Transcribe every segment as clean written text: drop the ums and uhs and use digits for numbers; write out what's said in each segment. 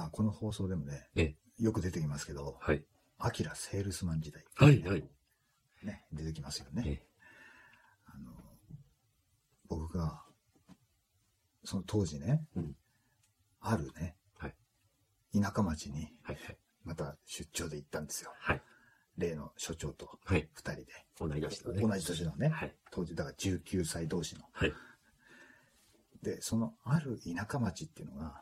この放送でもね、よく出てきますけど、 はい。 アキラセールスマン時代。 はいはい。 ね、出てきますよね。僕が、その当時ね、あるね、田舎町に、また出張で行ったんですよ。例の所長と2人で。 同じ年のね。 同じ年のね。当時、だから19歳同士の。で、そのある田舎町っていうのが、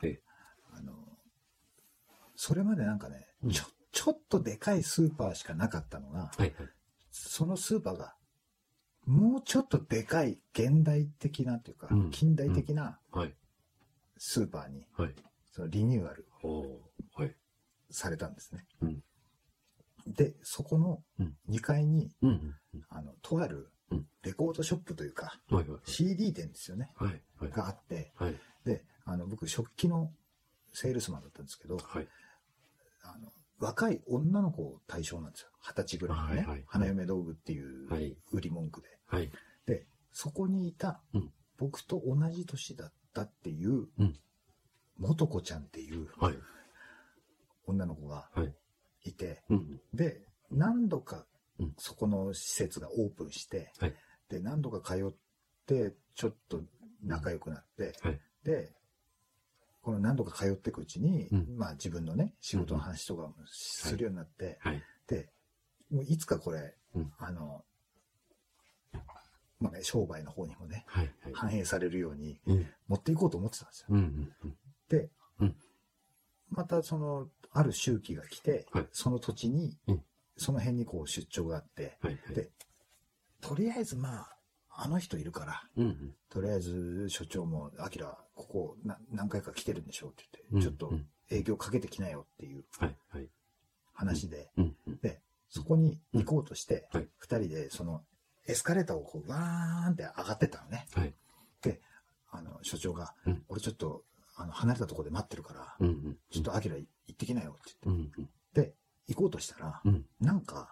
それまでなんかね、ちょっとでかいスーパーしかなかったのが、そのスーパーが、もうちょっとでかい現代的なというか、近代的なスーパーに、そのリニューアルされたんですね。で、そこの2階に、とあるレコードショップというか、CD 店ですよね、があって、で、僕、食器のセールスマンだったんですけど、若い女の子を対象なんですよ。20歳ぐらいのね、花嫁道具っていう売り文句で。で、そこにいた、僕と同じ年だったっていう、元子ちゃんっていう女の子がいて、で、何度かそこの施設がオープンして、で、何度か通って、ちょっと仲良くなって、で、この何度か通っていくうちに、まあ自分のね、仕事の話とかもするようになって、で、もういつかこれ、まあね、商売の方にもね、反映されるように持っていこうと思ってたんですよ。で、またその、ある周期が来て、その土地に、その辺にこう出張があって、で、とりあえずまあ、あの人いるから、とりあえず所長も、アキラ、ここ何回か来てるんでしょうって言って、ちょっと営業かけてきなよっていう話で、で、そこに行こうとして、二人でそのエスカレーターをこう、わーんって上がってったのね。で、所長が、俺ちょっと、離れたところで待ってるから、ちょっとアキラ行ってきなよって言って、で、行こうとしたら、なんか、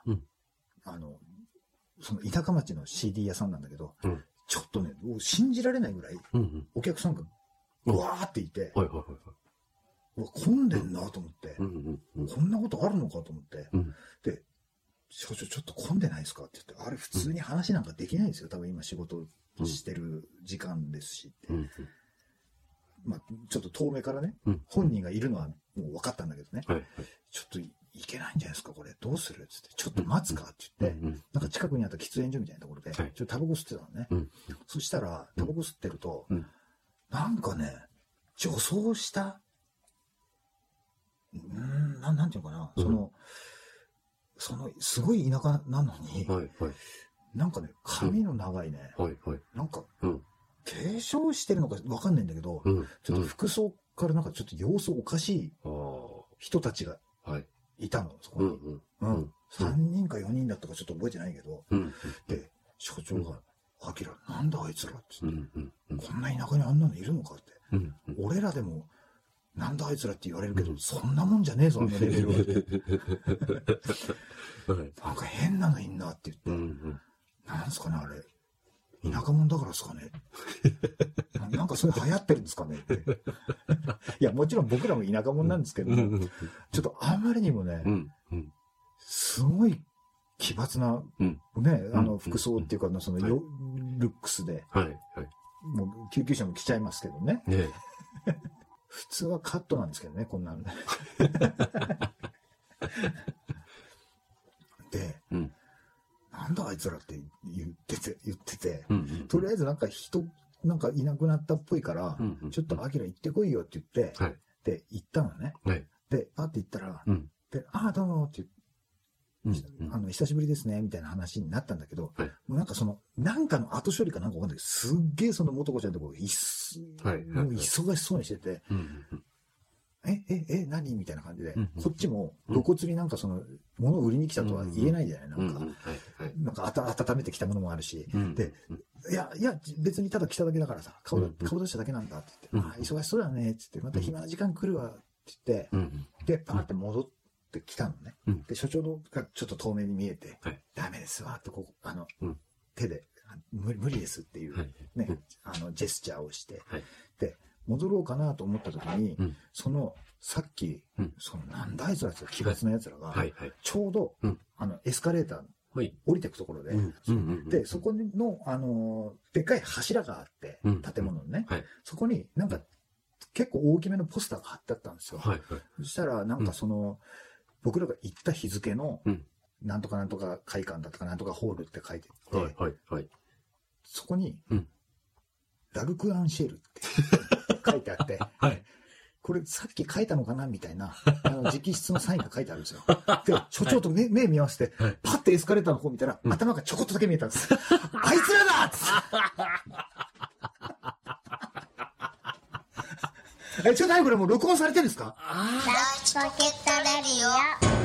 その田舎町の CD 屋さんなんだけど、ちょっとね、信じられないぐらい、お客さんがうわーっていて、うわ、混んでんなと思って、こんなことあるのかと思って、で、所長ちょっと混んでないですかって言って、あれ普通に話なんかできないですよ。多分今仕事してる時間ですしって。まあ、ちょっと遠目からね、本人がいるのはもう分かったんだけどね、ちょっといけないんじゃないですか、これ。どうするって言って、ちょっと待つかって言って、なんか近くにあった喫煙所みたいなところで、ちょっとタバコ吸ってたのね。そしたら、タバコ吸ってると、なんかね、女装した、なんていうのかな、その、すごい田舎なのに、なんかね、髪の長いね、なんか、化粧してるのかわかんないんだけど、ちょっと服装からなんかちょっと様子おかしい人たちがいたの、そこに。3人か4人だったかちょっと覚えてないけど、で、所長が、アキラ、なんだあいつらって言って、こんな田舎にあんなのいるのかって。俺らでも、なんだあいつらって言われるけど、そんなもんじゃねえぞ、あのレベルはって。なんか変なのいんなって言って、なんすかね、あれ。田舎者だからですかね。なんかそれ流行ってるんですかねって。いや、もちろん僕らも田舎者なんですけども、ちょっとあまりにもね、すごい奇抜な、ね、服装っていうか、そのルックスで、もう救急車も来ちゃいますけどね。普通はカットなんですけどね、こんなのね。で、なんだあいつらって言ってて、とりあえずなんかなんかいなくなったっぽいから、ちょっとアキラ行ってこいよって言って、で、行ったのね。で、パって行ったら、で、どうもって言って、久しぶりですね、みたいな話になったんだけど、もうなんかなんかの後処理かなんかわかんないけど、すっげえその元子ちゃんとこもう忙しそうにしてて、何みたいな感じで、こっちも露骨になんか物を売りに来たとは言えないじゃない、なんか温めてきたものもあるし、で、いや、別にただ来ただけだからさ、顔出しただけなんだって言って、忙しそうだねって言って、また暇な時間来るわって言って、で、パーって戻ってきたのね。で、所長がちょっと遠目に見えて、ダメですわって、手で、無理ですっていうね、ジェスチャーをして、で、戻ろうかなと思った時に、そのさっき、なんだあいつらって奇抜な奴らが、ちょうど、エスカレーター降りていくところで、で、そこの、でっかい柱があって、建物のね、そこになんか、結構大きめのポスターが貼ってあったんですよ。そしたら、なんか僕らが行った日付の、なんとかなんとか会館だとかなんとかホールって書いてて、そこに、ラルク・アンシェルって書いてあって、これさっき書いたのかなみたいな、直筆のサインが書いてあるんですよ。で、所長と目見合わせて、パッてエスカレーターの方見たら、頭がちょこっとだけ見えたんです。あいつらだっつって。ちょっと何これもう録音されてるんですか？ ラジポケットレディ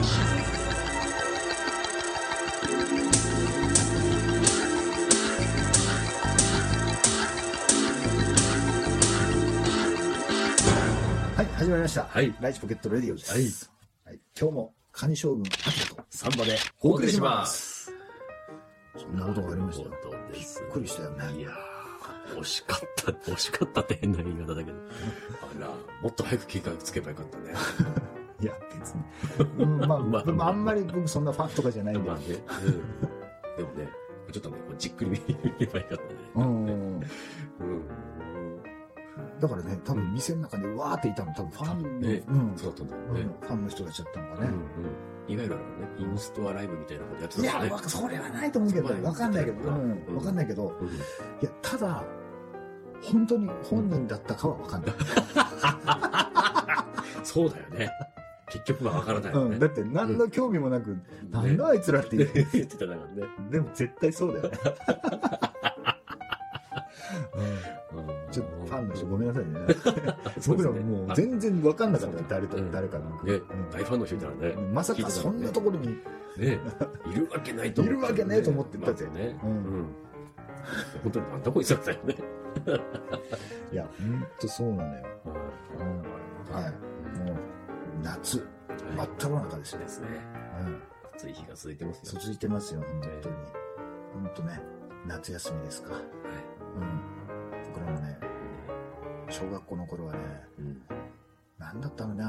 はい、始まりました。ライチポケットレディオです。今日もカニ将軍アキラとサンバでお送りします。そんなことがありましたよ。びっくりしたよね。 いやー、惜しかったって変な言い方だけど。あら、もっと早く計画つけばよかったね。 いや、別に。あんまり僕そんなファンとかじゃないんで。でもね、ちょっとね、じっくり見ればよかったね。だからね、多分店の中でわーっていたの多分ファンの、 そうだったんだね。 ファンの人たちだったのかね。 いわゆるインストアライブみたいなことやってたんですね。いや、それはないと思うけど、わかんないけど、わかんないけど、いや、ただ、本当に本人だったかはわかんない。 そうだよね。結局はわからないよね。 だって何の興味もなく、なんだあいつらって言ってたからね。 でも絶対そうだよね。ちょっとファンの人ごめんなさいね。僕らもう全然分かんなかった誰かなんか。 大ファンの人いたらね。 まさかそんなところにねいるわけないと思って。 いるわけないと思ってたってね。 本当になんだこいつだったよね。 いや、ほんとそうなのよ。はい。もう夏真っ只中ですね。 暑い日が続いてますよ。 続いてますよ、本当に。本当ね、夏休みですか。僕らもね、小学校の頃はね、なんだったのね、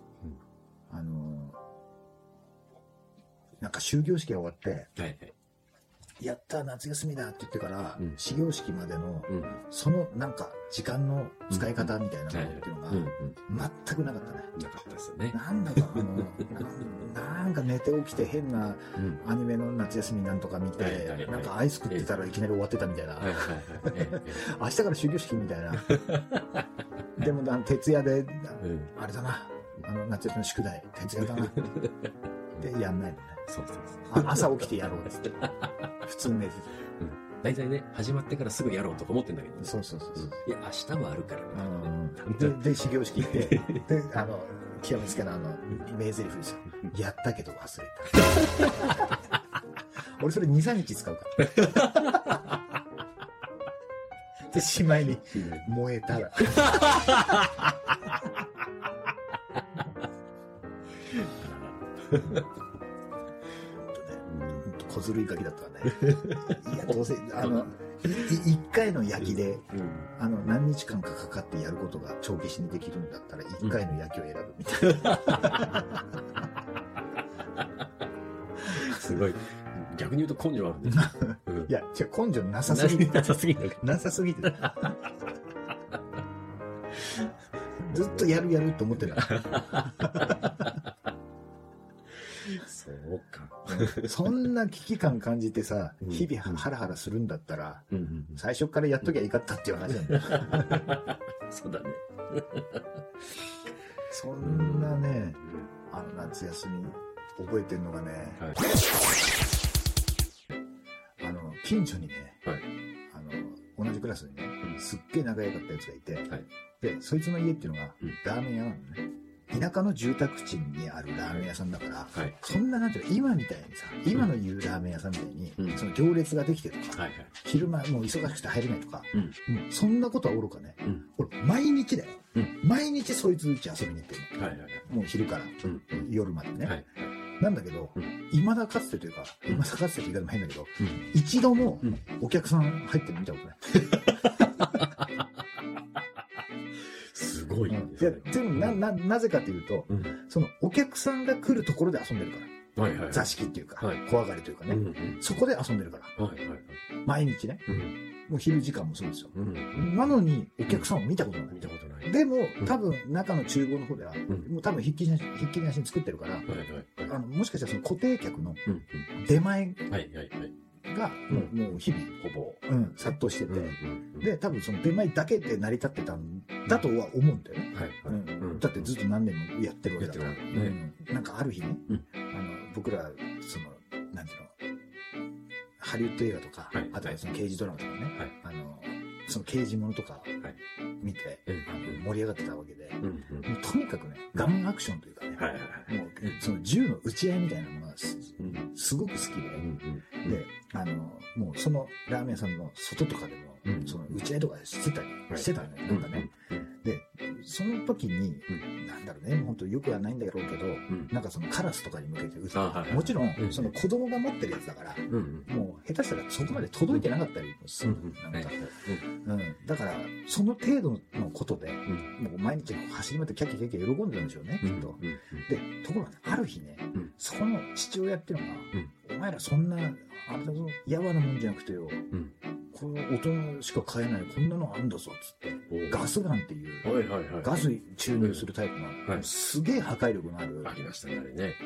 なんか終業式が終わって、やった夏休みだって言ってから、始業式までの、そのなんか時間の使い方みたいなものっていうのが、全くなかったね。 なかったですよね。 なんだかなんか寝て起きて変なアニメの夏休みなんとか見て、なんかアイス食ってたらいきなり終わってたみたいな。明日から終業式みたいな。でも徹夜で、あれだな、夏休みの宿題、徹夜だな。で、やんないのね。朝起きてやろうっつって。普通に寝てた。 大体ね、始まってからすぐやろうとか思ってんだけどね。 そう。 いや、明日もあるからね。で、始業式行って、で、極めつけの名台詞ですよ。やったけど忘れた。俺それ2、3日使うから。で、しまいに、燃えたら。小ずるいガキだったね。いや、どうせ、一回の焼きで、何日間かかかってやることが帳消しにできるんだったら、一回の焼きを選ぶみたいな。 すごい。逆に言うと根性あるね。 いや、根性なさすぎて。なさすぎて。ずっとやると思ってた。 そうか。 そんな危機感感じてさ、日々ハラハラするんだったら、最初からやっときゃいかったっていう話なんだよ。 そうだね。 そんなね、夏休み覚えてんのがね、近所にね、同じクラスにね、すっげえ仲良かったやつがいて、で、そいつの家っていうのがラーメン屋なのね。田舎の住宅地にあるラーメン屋さんだから、そんななんていうの、今みたいにさ、今の言うラーメン屋さんみたいに、その行列ができてるとか、昼間もう忙しくて入れないとか、そんなことはおろかね、俺毎日だよ。毎日そいつ家遊びに行ってるの。もう昼から夜までね。なんだけど、未だかつてというか、未だかつてという言い方も変だけど、一度もお客さん入ってるの見たことない。 すごい。 いや、でもなぜかというと、そのお客さんが来るところで遊んでるから。座敷っていうか、怖がりというかね。そこで遊んでるから。毎日ね。もう昼時間もそうですよ。なのに、お客さんを見たことない。でも、多分、中の厨房の方では、もう多分、ひっきりなしに作ってるから、もしかしたらその固定客の出前が、もう日々、ほぼ、殺到してて、で、多分その出前だけで成り立ってたんだとは思うんだよね。だってずっと何年もやってるわけだから。なんかある日ね、僕ら、その、なんていうの、ハリウッド映画とか、あとはその刑事ドラマとかね、その刑事ものとか見て、盛り上がってたわけで、もうとにかくね、ガンアクションというかね、もうその銃の撃ち合いみたいなものがすごく好きで、で、もうそのラーメン屋さんの外とかでも、その撃ち合いとかしてたのよ、なんかね。で、その時に、なんだろうね、本当よくはないんだろうけど、なんかそのカラスとかに向けて撃つ。もちろん、その子供が持ってるやつだから、もう下手したらそこまで届いてなかったりもする。だから、その程度のことで、もう毎日走り回ってキャッキャキャッキャ喜んでるんでしょうね、きっと。で、ところがある日ね、そこの父親っていうのが、お前らそんな、あれだぞ、やわなもんじゃなくてよ、この大人しか買えないこんなのあんだぞっつって、ガスガンっていう、ガス注入するタイプの、すげえ破壊力のある。 ありましたね、あれね。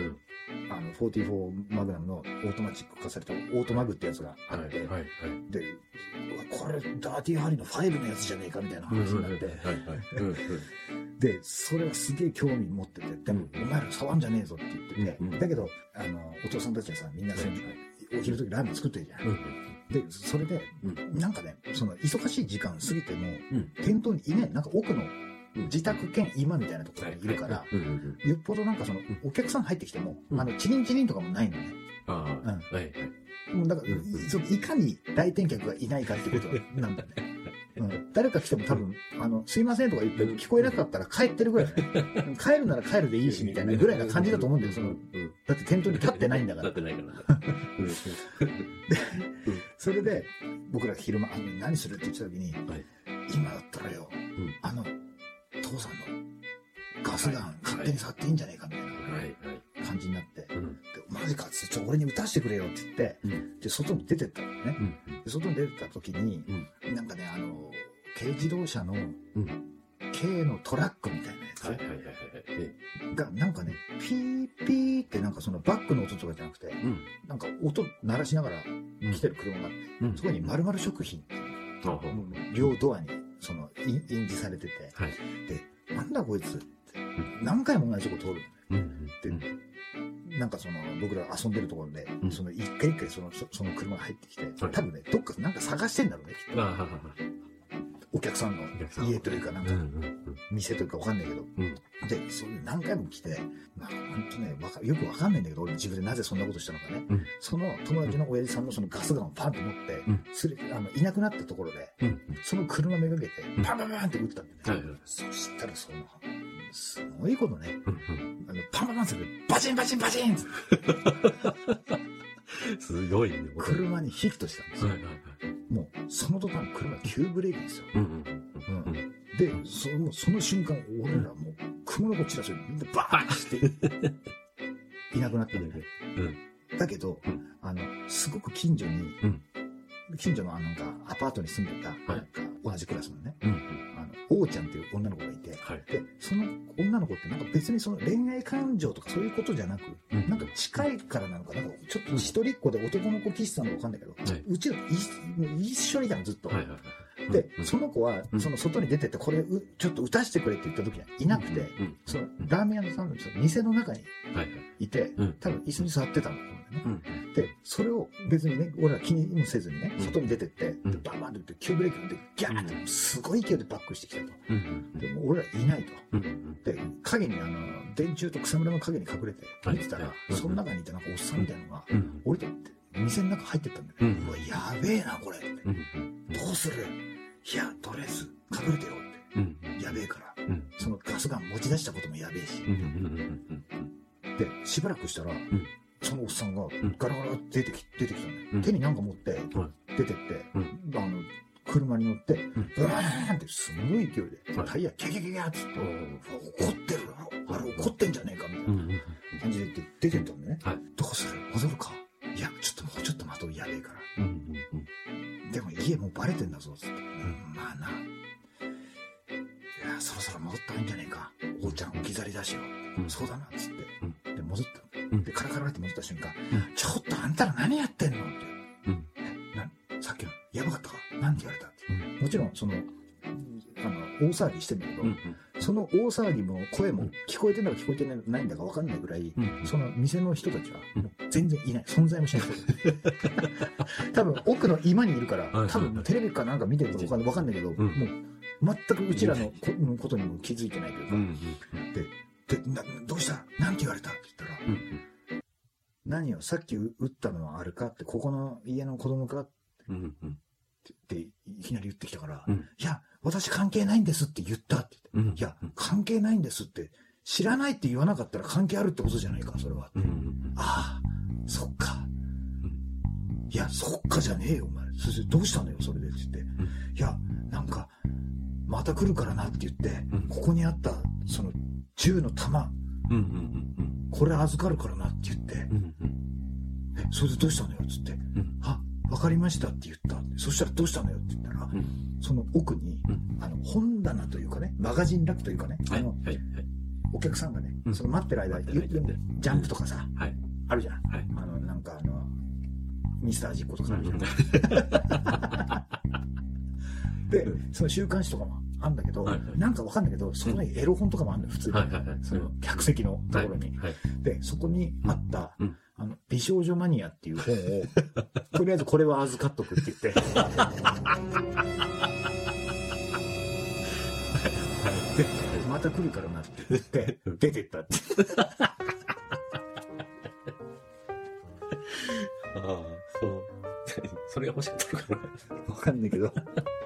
44マグナムのオートマチック化されたオートマグってやつがあって、で、これダーティーハリーの5のやつじゃねえかみたいな話になって、で、それがすげえ興味持ってて、でも、お前ら触んじゃねえぞって言ってて、だけど、お父さんたちはさ、みんなお昼時ラーメン作ってるじゃん。で、それで、なんかね、その忙しい時間過ぎても、店頭にいない、なんか奥の自宅兼今みたいなところにいるから、よっぽどなんかその、お客さん入ってきても、チリンチリンとかもないのね。もうだから、いかに来店客がいないかってことなんだね。誰か来ても多分、すいませんとか言って聞こえなかったら帰ってるぐらいだね。帰るなら帰るでいいしみたいなぐらいな感じだと思うんだよ、だって店頭に立ってないんだから。 立ってないから。 それで、僕ら昼間、何するって言ってた時に、今だったらよ、父さんのガスガン勝手に触っていいんじゃねえかみたいな感じになって、マジかっつって、俺に撃たしてくれよって言って、で、外に出てったのね。外に出てった時に、なんかね、軽自動車の、軽のトラックみたいなやつが、なんかね、ピーピーってなんかそのバックの音とかじゃなくて、なんか音鳴らしながら来てる車があって、そこに〇〇食品っていう、両ドアに、印字されてて、で、なんだこいつって、何回も同じとこ通るのね。で、なんか僕ら遊んでるところで、一回一回その車が入ってきて、多分ね、どっかなんか探してんだろうね、きっと。お客さんの家というか、なんか、店というかわかんないけど。で、そういう何回も来て、まあ、ほんとね、よくわかんないんだけど、俺自分でなぜそんなことしたのかね。その友達の親父さんのそのガスガンをパンと持って、いなくなったところで、その車めがけて、パンパンパンって撃ったんだよね。そしたらすごいことね。パンパンパンするバチンバチンバチンすごいね。 車にヒットしたんですよ。もう、その途端、車急ブレーキですよ。で、その瞬間、俺らもう、雲の子散らすようにみんなバーンして、いなくなったんだけど。だけど、すごく近所のなんか、アパートに住んでた、なんか、同じクラスのね、王ちゃんっていう女の子がいて、で、その女の子ってなんか別にその恋愛感情とかそういうことじゃなく、なんか近いからなのか、なんかちょっと一人っ子で男の子キスしたのかわかんないけど、うちら一緒にいたのずっと。で、その子は、外に出てって、これ、ちょっと撃たしてくれって言った時にはいなくて、ラーメン屋さんの店の中にいて、多分椅子に座ってたんだと思うんだよね。で、それを別にね、俺ら気にもせずにね、外に出てって、バンバンって言って、急ブレーキでギャーってすごい勢いでバックしてきたと。で、もう俺らいないと。で、影に電柱と草むらの影に隠れて見てたら、その中にいたなんかおっさんみたいなのが、降りてって、店の中入ってったんだよね。うわ、やべえな、これ。どうする？いや、とりあえず隠れてよって。やべえから。そのガスガン持ち出したこともやべえし。で、しばらくしたら、そのおっさんがガラガラ出てきたんだよ。手になんか持って、出てって、 車に乗って、ブワーンってすごい勢いで、タイヤキャキャキャキャって怒ってるあれ怒ってんじゃねえかみたいな感じで出てったんでね。どうする戻るかいや、もうちょっと待とう、やべえから。でも家もうバレてんだぞ、つって。まあな。いや、そろそろ戻ったらいいんじゃねえか。おうちゃん置き去りだしよ。そうだな、つって。で、戻った。で、カラカラって戻った瞬間、ちょっとあんたら何やってんのって。さっきの、やばかったかなんて言われたって。もちろん、大騒ぎしてんだけど、その大騒ぎも声も聞こえてんだか聞こえてないんだか分かんないぐらい、その店の人たちは全然いない。存在もしない。多分奥の居間にいるから、多分テレビかなんか見てるか分かんないけど、もう全くうちらのことにも気づいてないというか、で、どうしたなんて言われたって言ったら、何よ、さっき撃ったのはあれかって、ここの家の子供かっていきなり言ってきたから、いや、私関係ないんですって言ったって言って、いや、関係ないんですって、知らないって言わなかったら関係あるってことじゃないか、それは。ああ、そっか。いや、そっかじゃねえよ、お前。それでどうしたのよ、それでって言って。いや、なんか、また来るからなって言って、ここにあった、その、銃の弾、これ預かるからなって言って、それでどうしたのよ、つって。わかりましたって言った。そしたらどうしたのよって言ったら、その奥に、本棚というかね、マガジンラックというかね、お客さんがね、その待ってる間、ジャンプとかさ、あるじゃん。なんかミスタージッコとかあるじゃん。で、その週刊誌とかもあるんだけど、なんかわかんないけど、そこにエロ本とかもあるのよ、普通に。その客席のところに。で、そこにあった、美少女マニアっていう本を、とりあえずこれは預かっとくって言って。で、また来るからなって言って、出てったって。 そう。それが欲しかったのかな。 わかんないけど。で、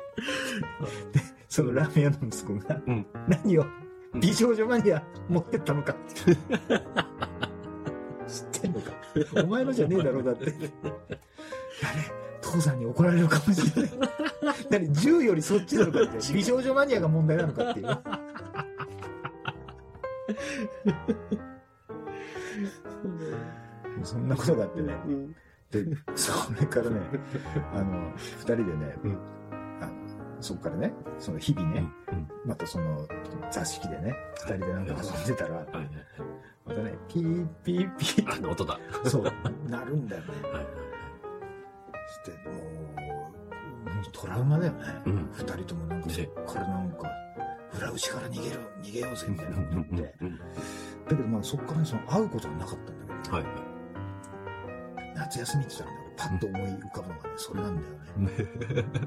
そのラーメン屋の息子が、何を美少女マニア持ってったのか。知ってんのかお前のじゃねえだろ、だって。父さんに怒られるかもしれない。何、銃よりそっちなのかって。美少女マニアが問題なのかっていう。そんなことがあってね。で、それからね、二人でね、そっからね、その日々ね、またその座敷でね、二人でなんか遊んでたら、またね、ピーピーピーって。 音だ。 そう、なるんだよね。そして、もうトラウマだよね。二人ともなんか、そっからなんか、裏打ちから逃げようぜみたいなこと言って。だけどまあそっからその会うことはなかったんだけど、夏休みって言ったらね、俺パッと思い浮かぶのがね、それなんだよね。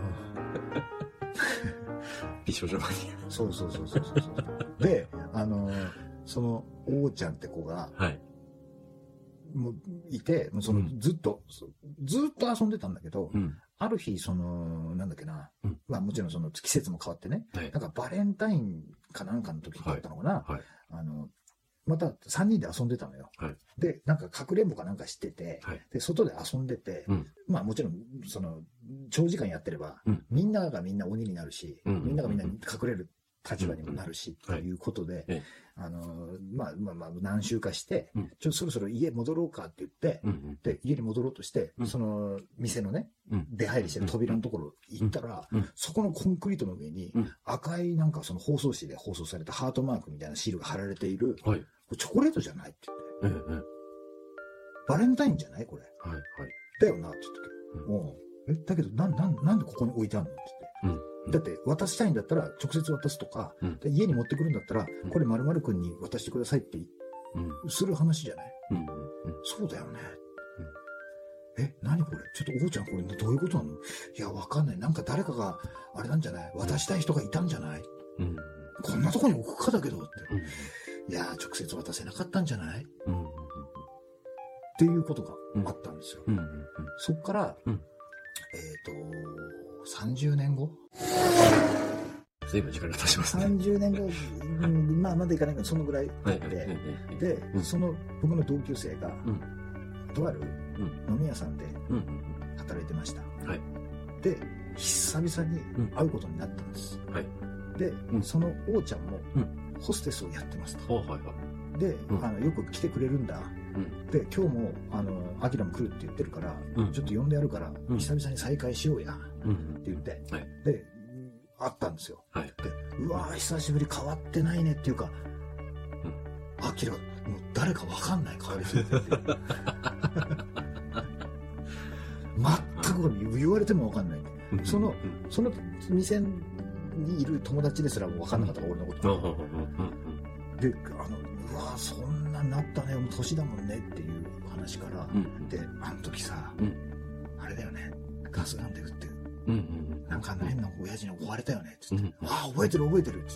美少女マニア。 そう。で、その王ちゃんって子が、もういて、そのずっと遊んでたんだけど、ある日、なんだっけな、まあもちろんその季節も変わってね、なんかバレンタインかなんかの時だったのかな、また3人で遊んでたのよ。で、なんかかくれんぼかなんかしてて、で、外で遊んでて、まあもちろん、長時間やってれば、みんながみんな鬼になるし、みんながみんな隠れる立場にもなるし、ということで、まあ何週かして、そろそろ家戻ろうかって言って、で、家に戻ろうとして、その店のね、出入りしてる扉のところ行ったら、そこのコンクリートの上に、赤いなんかその放送紙で放送されたハートマークみたいなシールが貼られている、チョコレートじゃないって言って。バレンタインじゃないこれ。だよなって言って。だけど、なんでここに置いてあるのって言って。だって渡したいんだったら直接渡すとか、家に持ってくるんだったら、これ〇〇くんに渡してくださいってする話じゃない、そうだよね。何これちょっと王ちゃんこれどういうことなの？いや、わかんない。なんか誰かがあれなんじゃない？渡したい人がいたんじゃない？こんなとこに置くかだけどって。いや、直接渡せなかったんじゃない？っていうことがあったんですよ。そっから、30年後随分時間が経ちますね。 30年後、まあまだいかないけど、そのぐらい経って、で、その僕の同級生が、とある飲み屋さんで働いてました。で、 久々に会うことになったんです。 はい。 で、その王ちゃんも、ホステスをやってますと。 はいはい。 で、よく来てくれるんだ。で、今日も、アキラも来るって言ってるから、ちょっと呼んでやるから、久々に再会しようや。って言って、で、会ったんですよ。で、うわー、久しぶり変わってないねっていうか、アキラ、もう誰かわかんない変わりすぎてて。全く言われてもわかんない。その店にいる友達ですらもわかんなかったから、俺のこと。で、うわそんななったね、年だもんねっていう話から、で、あの時さ、あれだよね、ガスなんで撃って、なんか変な親父に追われたよねって言って、ああ、覚えてるって言って、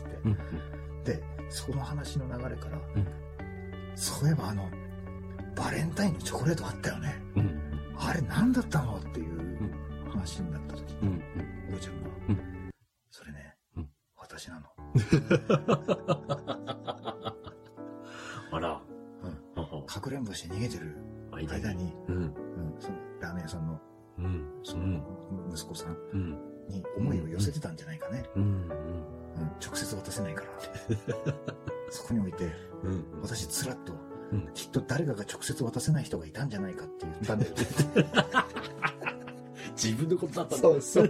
で、その話の流れから、そういえばバレンタインのチョコレートあったよね。あれ何だったのっていう話になった時に、おうちゃんが、それね、私なの。 あら。 かくれんぼして逃げてる間に、そのラーメン屋さんの、その息子さんに思いを寄せてたんじゃないかね。直接渡せないから。そこに置いて、私つらっと、きっと誰かが直接渡せない人がいたんじゃないかって言ったんだよね。 自分のことだったんだ。 そう。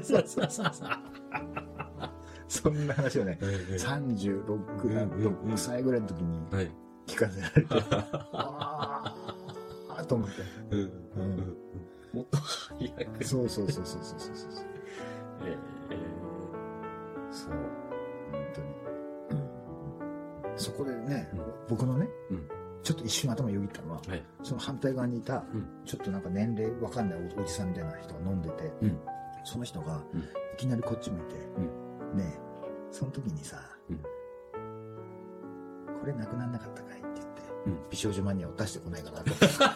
そんな話をね、36歳ぐらいの時に聞かせられて、ああと思って。 もっと早く。 そう。そう。本当に。そこでね、僕のね、ちょっと一瞬頭よぎったのは、その反対側にいた、ちょっとなんか年齢わかんないおじさんみたいな人が飲んでて、その人がいきなりこっち向いて、ねえ、その時にさ、これなくなんなかったかいって言って、美少女マニアを出してこないかなと。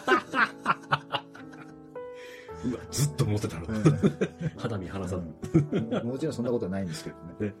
うわ、ずっと思ってたの。肌身離さず。もちろんそんなことはないんですけどね。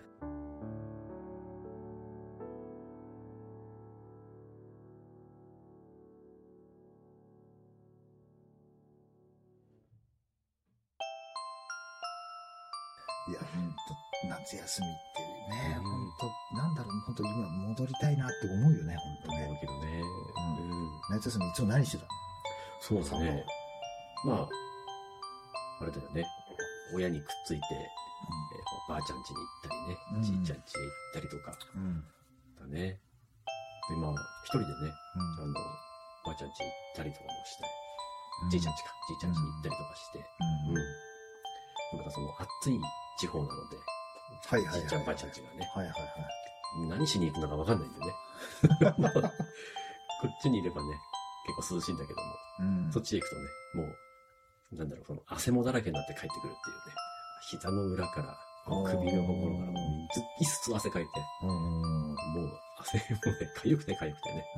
いや、ほんと、夏休みっていうね、ほんと、なんだろう、ほんと今戻りたいなって思うよね、ほんとね。 思うけどね。 夏休みいつも何してたの？ そうですね。まあ、あれだよね。親にくっついて、おばあちゃん家に行ったりね、じいちゃん家へ行ったりとか、だね。で、まあ、一人でね、おばあちゃん家行ったりとかもして、じいちゃん家に行ったりとかして、またその暑い地方なので、じいちゃんばあちゃん家がね、何しに行くのか分かんないんでね。こっちにいればね、結構涼しいんだけども、そっちへ行くとね、もう、なんだろう、その汗もだらけになって帰ってくるっていうね、膝の裏から、首のところからもう、いっす汗かいて、もう汗もね、かゆくてね。 なるほどね。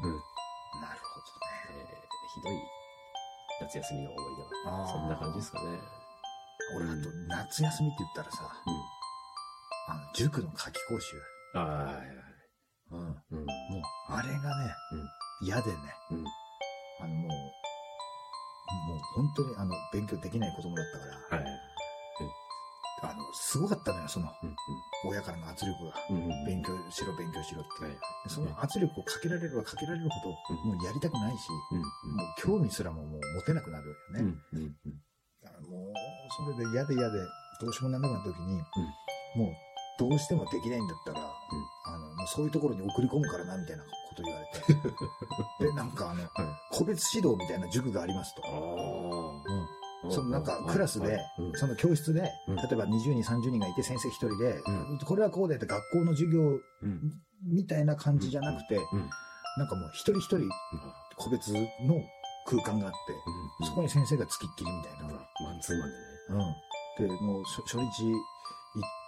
ひどい夏休みの思い出は、そんな感じですかね。 俺、あと、夏休みって言ったらさ、塾の夏期講習。もう、あれがね、嫌でね、もう本当に勉強できない子供だったから、すごかったのよ、その、親からの圧力が。勉強しろって。その圧力をかけられればかけられるほど、もうやりたくないし、もう興味すらもう持てなくなるよね。もう、それで嫌でどうしようもならなかった時に、もう、どうしてもできないんだったら、もうそういうところに送り込むからな、みたいなこと言われて。で、なんか個別指導みたいな塾がありますと。そのなんかクラスで、その教室で、例えば20人、30人がいて先生一人で、これはこうでって学校の授業みたいな感じじゃなくて、なんかもう一人一人個別の空間があって、そこに先生がつきっきりみたいな。 マンツーマンでね。 で、もう初日行って、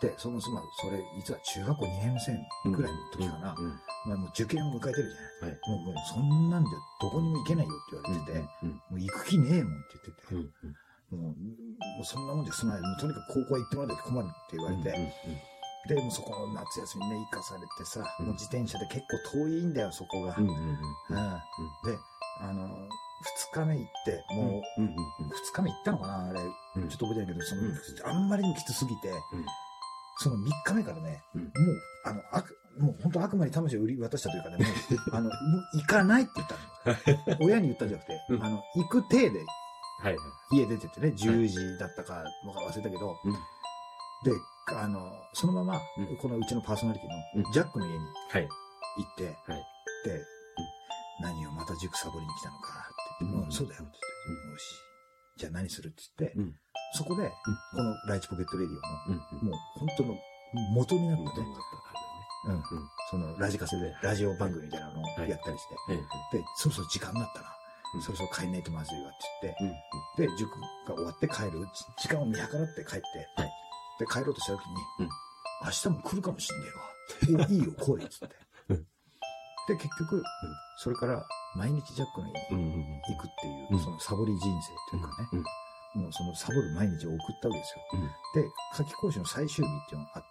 それ、実は中学校2年生ぐらいの時かな。もう受験を迎えてるじゃない。もうそんなんでどこにも行けないよって言われてて、もう行く気ねえもんって言ってて、もうそんなもんじゃ済まない。もうとにかく高校は行ってもらわないと困るって言われて、で、もうそこの夏休みね、行かされてさ、もう自転車で結構遠いんだよ、そこが。で、 日目行って、もう、2日目行ったのかなあれ、ちょっと覚えてないけど、あんまりにもきつすぎて、その3日目からね、もう本当悪魔に魂を売り渡したというかね、もう行かないって言ったの。親に言ったんじゃなくて、行く体で、家出てってね、10時だったか忘れたけど、で、そのまま、このうちのパーソナリティのジャックの家に行って、で、何をまた塾サボりに来たのかって言って、そうだよって言って、よし、じゃあ何するって言って、そこで、このライチポケットレディオの、もう本当の元になったね。そのラジカセでラジオ番組みたいなのをやったりして、で、そろそろ時間になったな。そろそろ帰んないとまずいわって言って、で、塾が終わって帰る時間を見計らって帰って、で、帰ろうとした時に、明日も来るかもしんねえわ。いいよ、来いっつって。で、結局、それから毎日ジャックの家に行くっていう、そのサボり人生というかね、もうそのサボる毎日を送ったわけですよ。で、夏期講習の最終日っていうのがあって、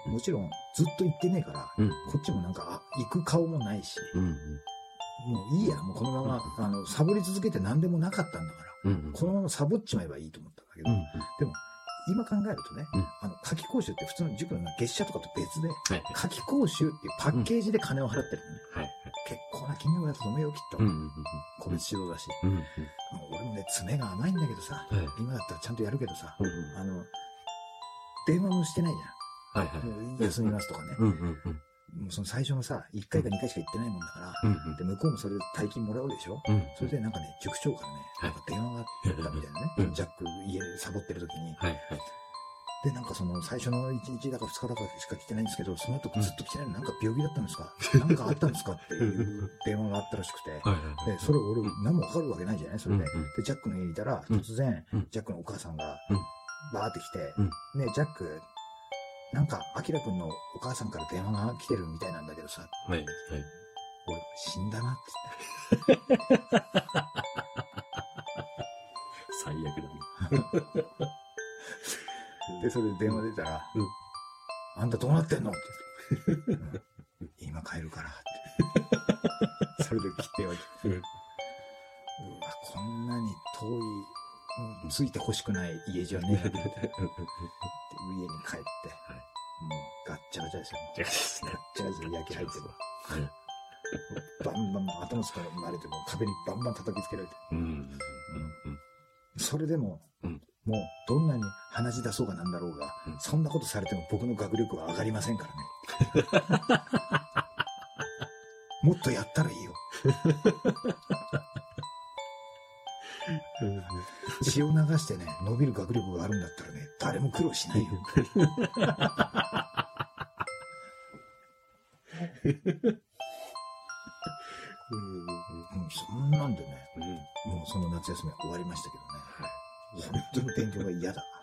もちろんずっと行ってねえから、こっちもなんか、行く顔もないし、もういいや、もうこのまま、サボり続けて何でもなかったんだから、このままサボっちまえばいいと思ったんだけど、でも、今考えるとね、夏期講習って普通の塾の月謝とかと別で、夏期講習っていうパッケージで金を払ってるのね。結構な金額だと思うよ、きっと。個別指導だし。俺もね、爪が甘いんだけどさ、今だったらちゃんとやるけどさ、電話もしてないじゃん。休みますとかね。もうその最初のさ、1回か2回しか行ってないもんだから、で、向こうもそれで大金もらうでしょ。それでなんかね、塾長からね、なんか電話があったみたいなね、ジャック家でサボってる時に。で、なんかその最初の1日だか2日だかしか来てないんですけど、その後ずっと来てないの、なんか病気だったんですかなんかあったんですかっていう電話があったらしくて、で、それ俺何もわかるわけないじゃないそれで。で、ジャックの家にいたら、突然、ジャックのお母さんが、バーって来て、ねえ、ジャック、なんか、アキラくんのお母さんから電話が来てるみたいなんだけどさ。俺、死んだなって言って。 最悪だね。 で、それで電話出たら、あんたどうなってんのって言って。今帰るからって。それで切って言われて。うわ、こんなに遠い、ついてほしくない家じゃねえって。家に帰って、もうガッチャガチャですよ。ガッチャガチャ焼き入ってるわ。バンバン頭つかまれても壁にバンバン叩きつけられて。それでも、もうどんなに鼻血出そうがなんだろうが、そんなことされても僕の学力は上がりませんからね。もっとやったらいいよ。血を流してね、伸びる学力があるんだったらね、誰も苦労しないよ。そんなんでね、もうその夏休みは終わりましたけどね。本当に勉強が嫌だ。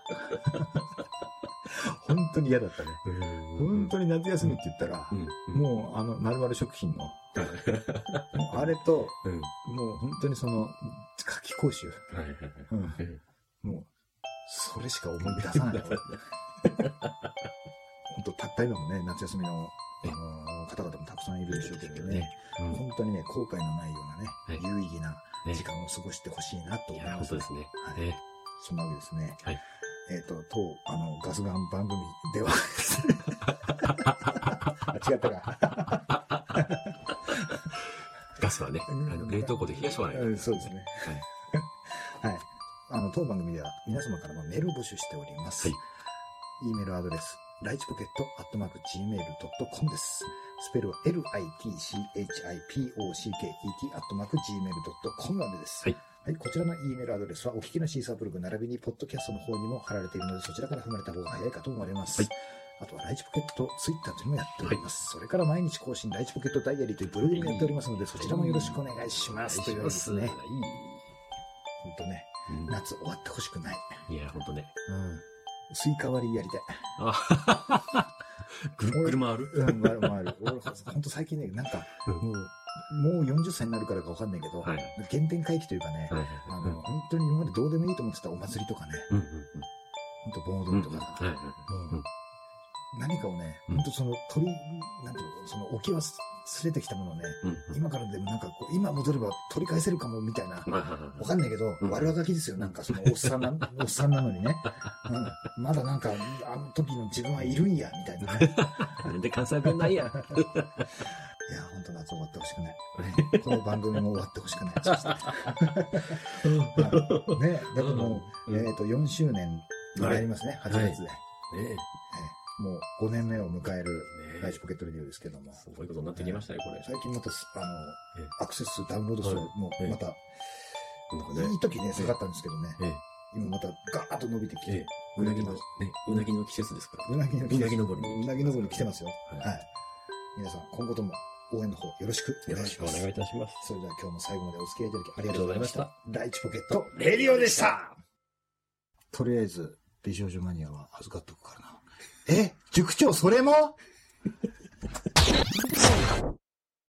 本当に嫌だったね。本当に夏休みって言ったら、もう〇〇食品の、あれと、もう本当にその、夏期講習。もう、それしか思い出さない。本当、たった今もね、夏休みの、方々もたくさんいるでしょうけどね、本当にね、後悔のないようなね、有意義な時間を過ごしてほしいなと思います。 本当ですね。 そんなわけですね。当、ガスガン番組では、違ったか。 ガスはね、冷凍庫で冷やしとかない。 そうですね。はい。当番組では皆様からのメールを募集しております。E メールアドレス、lightpocket@gmail.com です。スペルは lightchippocket@gmail.com までです。はい、こちらの E メールアドレスはお聞きのシーサーブログ並びにポッドキャストの方にも貼られているので、そちらから踏まれた方が早いかと思われます。あとはライチポケットツイッターというのもやっております。それから毎日更新ライチポケットダイアリーというブログもやっておりますので、そちらもよろしくお願いします。というわけですね。ほんとね、夏終わってほしくない。 いや、ほんとね。 スイカ割りやりたい。 ぐるぐる回る？ 回る。俺、ほんと最近ね、なんか、もう40歳になるからかわかんないけど、原点回帰というかね、本当に今までどうでもいいと思ってたお祭りとかね、ほんと盆踊りとか何かをね、ほんとそのなんていうの、その置き忘れてきたものをね、今からでもなんかこう、今戻れば取り返せるかもみたいな、わかんないけど、悪あがきですよ。なんかそのおっさんなのにね。まだなんか、あの時の自分はいるんや、みたいなね。 なんで関西弁ないや。いや、 本当夏終わってほしくない。この番組も終わってほしくない。ね、だってもう、4周年になりますね、8月で。もう5年目を迎えるライチポケットレディオですけども。 すごいことになってきましたね、これ。 最近また、アクセス数、ダウンロード数もまた、いい時ね、下がったんですけどね。今またガーッと伸びてきて。 うなぎの季節ですから。 うなぎ登り。 うなぎ登り来てますよ。はい。皆さん、今後とも応援の方よろしくお願いします。 よろしくお願いいたします。 それでは今日も最後までお付き合いいただきありがとうございました。ライチポケットレディオでした。 とりあえず、美少女マニアは預かっとくからな。塾長、それも